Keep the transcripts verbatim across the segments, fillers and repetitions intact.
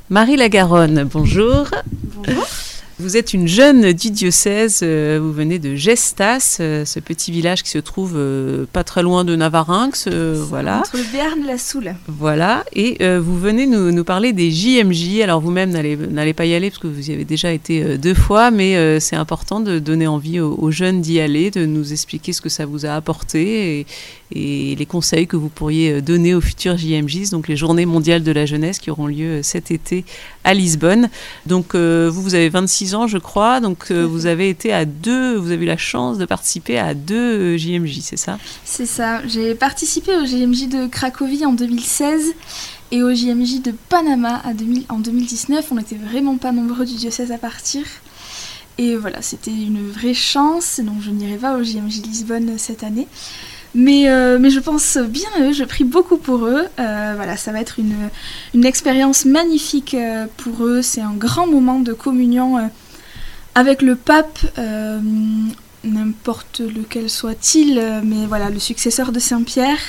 Marie Lagaronne, bonjour. Bonjour. Vous êtes une jeune du diocèse, vous venez de Gestas, ce petit village qui se trouve pas très loin de Navarinx, voilà. Entre le Béarn et la Soule. Voilà, et euh, vous venez nous, nous parler des J M J. Alors vous-même n'allez, n'allez pas y aller parce que vous y avez déjà été euh, deux fois, mais euh, c'est important de donner envie aux, aux jeunes d'y aller, de nous expliquer ce que ça vous a apporté et, et les conseils que vous pourriez donner aux futurs J M J, donc les Journées mondiales de la jeunesse qui auront lieu cet été à Lisbonne. Donc euh, vous, vous avez vingt-six ans, je crois, donc euh, vous avez été à deux, vous avez eu la chance de participer à deux J M J, c'est ça ? C'est ça, j'ai participé au J M J de Cracovie en deux mille seize et au J M J de Panama à deux mille, en deux mille dix-neuf. On n'était vraiment pas nombreux du diocèse à partir. Et voilà, c'était une vraie chance, donc je n'irai pas au J M J Lisbonne cette année. Mais, euh, mais je pense bien à eux, je prie beaucoup pour eux. Euh, voilà, ça va être une, une expérience magnifique euh, pour eux. C'est un grand moment de communion euh, avec le pape, euh, n'importe lequel soit-il, euh, mais voilà, le successeur de Saint-Pierre.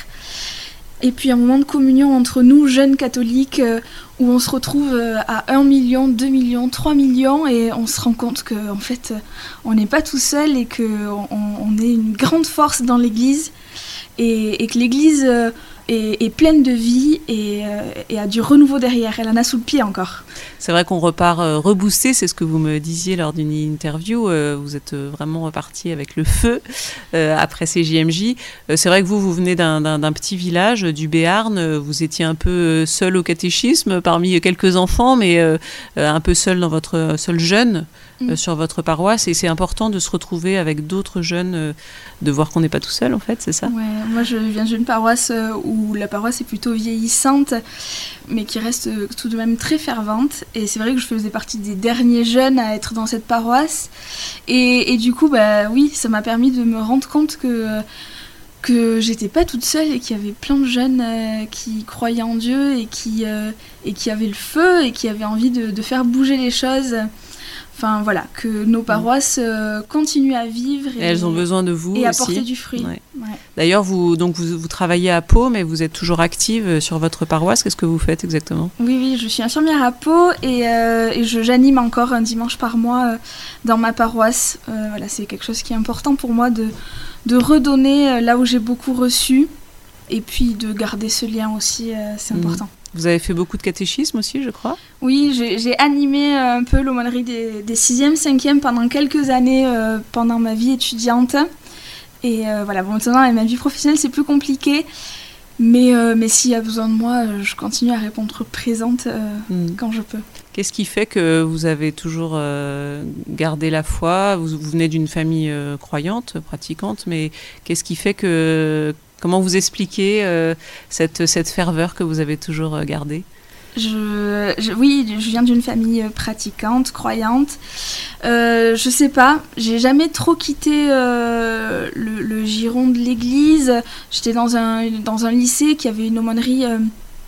Et puis un moment de communion entre nous, jeunes catholiques, euh, où on se retrouve euh, à un million, deux millions, trois millions, et on se rend compte qu'en fait, euh, on n'est pas tout seul et qu'on on est une grande force dans l'Église. Et, et que l'Église euh, est, est pleine de vie et, euh, et a du renouveau derrière. Elle en a sous le pied encore. C'est vrai qu'on repart euh, reboosté, c'est ce que vous me disiez lors d'une interview. Euh, vous êtes vraiment reparti avec le feu euh, après ces J M J. Euh, c'est vrai que vous, vous venez d'un, d'un, d'un petit village du Béarn. Vous étiez un peu seul au catéchisme parmi quelques enfants, mais euh, un peu seul dans votre seul jeune euh, mmh. sur votre paroisse. Et c'est important de se retrouver avec d'autres jeunes, euh, de voir qu'on n'est pas tout seul en fait, c'est ça ? Ouais, moi je viens d'une paroisse où la paroisse est plutôt vieillissante, mais qui reste tout de même très fervente. Et c'est vrai que je faisais partie des derniers jeunes à être dans cette paroisse. Et, et du coup, bah oui, ça m'a permis de me rendre compte que, que j'étais pas toute seule et qu'il y avait plein de jeunes euh, qui croyaient en Dieu et qui, euh, et qui avaient le feu et qui avaient envie de, de faire bouger les choses. Enfin voilà, que nos paroisses euh, continuent à vivre. Et, et elles ont besoin de vous et aussi. à porter du fruit. Ouais. Ouais. D'ailleurs, vous, donc vous, vous travaillez à Pau, mais vous êtes toujours active sur votre paroisse. Qu'est-ce que vous faites exactement ? Oui, oui, je suis infirmière à Pau et, euh, et je, j'anime encore un dimanche par mois euh, dans ma paroisse. Euh, voilà, c'est quelque chose qui est important pour moi de, de redonner euh, là où j'ai beaucoup reçu et puis de garder ce lien aussi, euh, c'est mmh. important. Vous avez fait beaucoup de catéchisme aussi, je crois ? Oui, j'ai, j'ai animé un peu l'aumônerie des, des sixième, cinquième pendant quelques années euh, pendant ma vie étudiante. Et euh, voilà, bon, maintenant, avec ma vie professionnelle, c'est plus compliqué. Mais, euh, mais s'il y a besoin de moi, euh, je continue à répondre présente euh, mmh. quand je peux. Qu'est-ce qui fait que vous avez toujours euh, gardé la foi ? vous, vous venez d'une famille euh, croyante, pratiquante, mais qu'est-ce qui fait que... Comment vous expliquez euh, cette, cette ferveur que vous avez toujours euh, gardée ? je, je, Oui, je viens d'une famille pratiquante, croyante. Euh, je sais pas, j'ai jamais trop quitté euh, le, le giron de l'église. J'étais dans un, dans un lycée qui avait une aumônerie euh,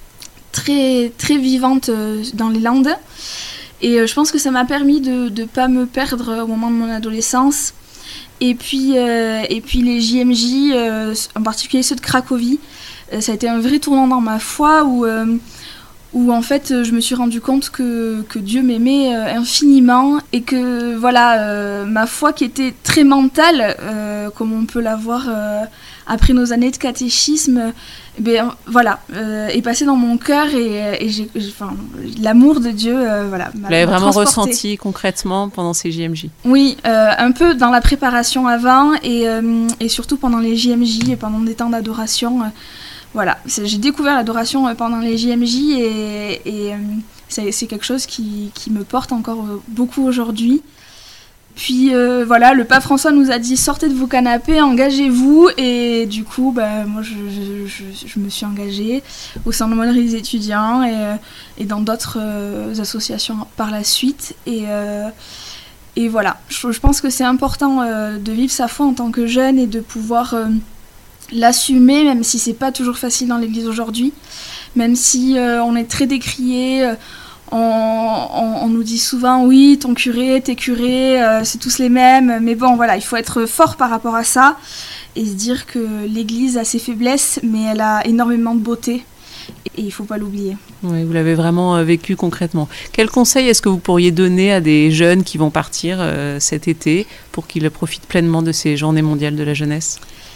très, très vivante euh, dans les Landes. Et euh, je pense que ça m'a permis de ne pas me perdre au moment de mon adolescence. Et puis, euh, et puis les J M J, euh, en particulier ceux de Cracovie, euh, ça a été un vrai tournant dans ma foi où, euh, où en fait je me suis rendu compte que, que Dieu m'aimait euh, infiniment et que voilà, euh, ma foi qui était très mentale, euh, comme on peut l'avoir euh, après nos années de catéchisme, eh bien, voilà, euh, est passée dans mon cœur et, et j'ai, enfin, l'amour de Dieu, euh, voilà. Vous l'avez vraiment ressenti concrètement pendant ces J M J ? Oui, euh, un peu dans la préparation avant et, euh, et surtout pendant les J M J et pendant des temps d'adoration. Euh, voilà, c'est, j'ai découvert l'adoration pendant les J M J et, et euh, c'est, c'est quelque chose qui, qui me porte encore beaucoup aujourd'hui. Puis euh, voilà, le pape François nous a dit sortez de vos canapés, engagez-vous. Et du coup, bah, moi je, je, je, je me suis engagée au sein de l'aumônerie des étudiants et, euh, et dans d'autres euh, associations par la suite. Et, euh, et voilà, je, je pense que c'est important euh, de vivre sa foi en tant que jeune et de pouvoir euh, l'assumer, même si c'est pas toujours facile dans l'église aujourd'hui, même si euh, on est très décrié. Euh, On, on, on nous dit souvent, oui, ton curé, tes curés, euh, c'est tous les mêmes. Mais bon, voilà, il faut être fort par rapport à ça et se dire que l'Église a ses faiblesses, mais elle a énormément de beauté. et il ne faut pas l'oublier. Oui, vous l'avez vraiment euh, vécu concrètement. Quel conseil est-ce que vous pourriez donner à des jeunes qui vont partir euh, cet été pour qu'ils profitent pleinement de ces journées mondiales de la jeunesse ?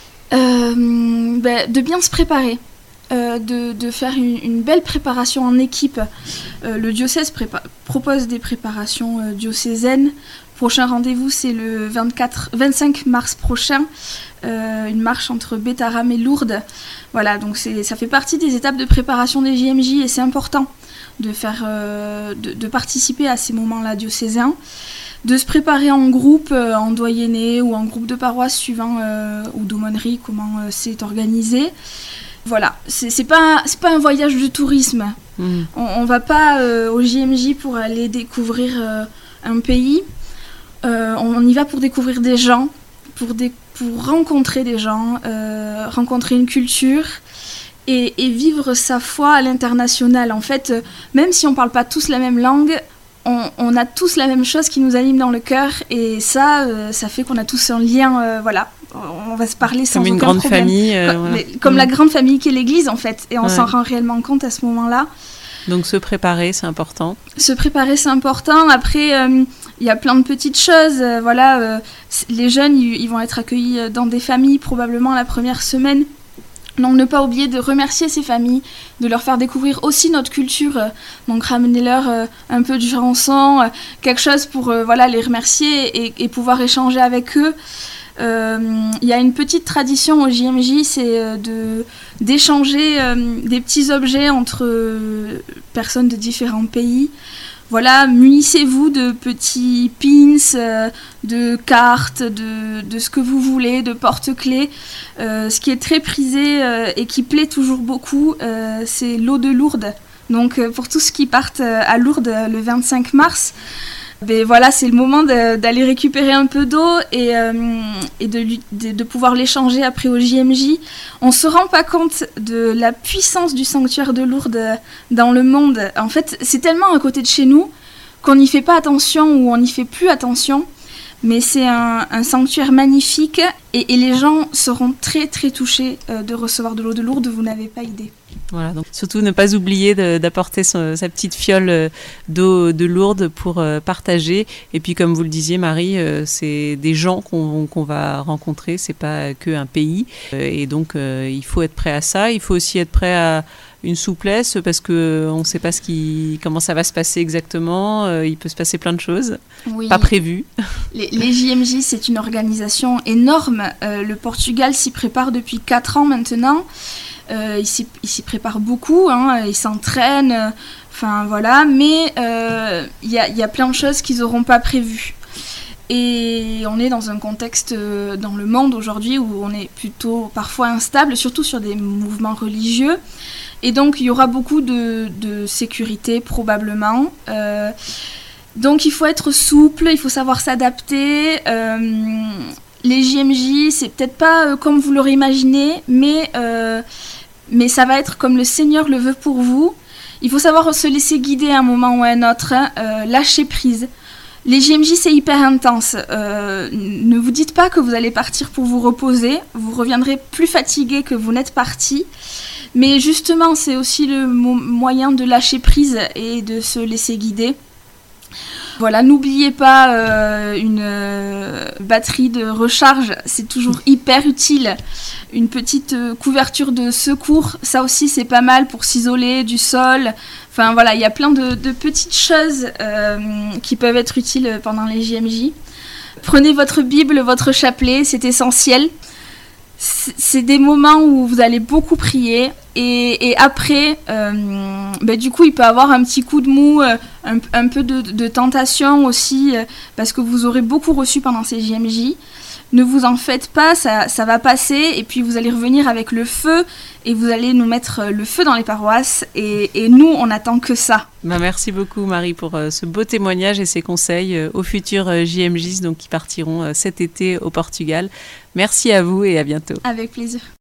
euh, ben, De bien se préparer. Euh, de, de faire une, une belle préparation en équipe. Euh, le diocèse prépa- propose des préparations euh, diocésaines. Prochain rendez-vous, c'est le vingt-quatre, vingt-cinq mars prochain, euh, une marche entre Bétharram et Lourdes. Voilà, donc c'est, ça fait partie des étapes de préparation des J M J et c'est important de, faire, euh, de, de participer à ces moments-là diocésains, de se préparer en groupe, euh, en doyenné ou en groupe de paroisse suivant, euh, ou d'aumônerie, comment euh, c'est organisé. Voilà, c'est, c'est, pas, c'est pas un voyage de tourisme. Mmh. On ne va pas euh, au J M J pour aller découvrir euh, un pays. Euh, on y va pour découvrir des gens, pour, des, pour rencontrer des gens, euh, rencontrer une culture et, et vivre sa foi à l'international. En fait, euh, même si on ne parle pas tous la même langue, on, on a tous la même chose qui nous anime dans le cœur et ça, euh, ça fait qu'on a tous un lien, euh, voilà. On va se parler sans comme une aucun grande problème. famille, euh, comme, voilà. comme mmh. la grande famille qu'est l'Église en fait, et on ouais. s'en rend réellement compte à ce moment-là. Donc se préparer, c'est important. Se préparer, c'est important. Après, il euh, y a plein de petites choses. Euh, voilà, euh, les jeunes, ils, ils vont être accueillis dans des familles probablement la première semaine. Donc ne pas oublier de remercier ces familles, de leur faire découvrir aussi notre culture. Euh, donc ramenez-leur euh, un peu du chanson, euh, quelque chose pour euh, voilà, les remercier et, et pouvoir échanger avec eux. Il euh, y a une petite tradition au J M J, c'est euh, de, d'échanger euh, des petits objets entre euh, personnes de différents pays. Voilà, munissez-vous de petits pins, euh, de cartes, de, de ce que vous voulez, de porte-clés. Euh, ce qui est très prisé euh, et qui plaît toujours beaucoup, euh, c'est l'eau de Lourdes. Donc euh, pour tous ceux qui partent à Lourdes le vingt-cinq mars, ben voilà, c'est le moment de, d'aller récupérer un peu d'eau et, euh, et de, de, de pouvoir l'échanger après au J M J. On ne se rend pas compte de la puissance du sanctuaire de Lourdes dans le monde. En fait, c'est tellement à côté de chez nous qu'on n'y fait pas attention ou on n'y fait plus attention. Mais c'est un, un sanctuaire magnifique et, et les gens seront très très touchés euh, de recevoir de l'eau de Lourdes, vous n'avez pas idée. Voilà, donc surtout ne pas oublier de, d'apporter son, sa petite fiole d'eau de Lourdes pour euh, partager. Et puis comme vous le disiez Marie, euh, c'est des gens qu'on, qu'on va rencontrer, c'est pas qu'un pays. Euh, et donc euh, il faut être prêt à ça, il faut aussi être prêt à une souplesse parce qu'on ne sait pas ce qui, comment ça va se passer exactement, euh, il peut se passer plein de choses, oui. Pas prévues. Les, les J M J, c'est une organisation énorme, euh, le Portugal s'y prépare depuis quatre ans maintenant, euh, il, s'y, il s'y prépare beaucoup, hein, il s'entraîne, euh, enfin voilà, mais il euh, y, y a plein de choses qu'ils n'auront pas prévues. Et on est dans un contexte euh, dans le monde aujourd'hui où on est plutôt parfois instable, surtout sur des mouvements religieux. Et donc il y aura beaucoup de, de sécurité probablement. Euh, donc il faut être souple, il faut savoir s'adapter. Euh, les J M J, c'est peut-être pas euh, comme vous l'aurez imaginé, mais, euh, mais ça va être comme le Seigneur le veut pour vous. Il faut savoir se laisser guider à un moment ou à un autre, hein, euh, lâcher prise. Les J M J, c'est hyper intense. Euh, ne vous dites pas que vous allez partir pour vous reposer. Vous reviendrez plus fatigué que vous n'êtes parti. Mais justement, c'est aussi le mo- moyen de lâcher prise et de se laisser guider. Voilà, n'oubliez pas euh, une euh, batterie de recharge, c'est toujours hyper utile. Une petite euh, couverture de secours, ça aussi c'est pas mal pour s'isoler du sol. Enfin voilà, il y a plein de, de petites choses euh, qui peuvent être utiles pendant les J M J. Prenez votre Bible, votre chapelet, c'est essentiel. C'est des moments où vous allez beaucoup prier et, et après, euh, bah, du coup, il peut y avoir un petit coup de mou, euh, un, un peu de, de tentation aussi, euh, parce que vous aurez beaucoup reçu pendant ces J M J. Ne vous en faites pas, ça, ça va passer et puis vous allez revenir avec le feu et vous allez nous mettre le feu dans les paroisses et, et nous, on n'attend que ça. Bah, merci beaucoup Marie pour euh, ce beau témoignage et ces conseils euh, aux futurs euh, J M Js donc, qui partiront euh, cet été au Portugal. Merci à vous et à bientôt. Avec plaisir.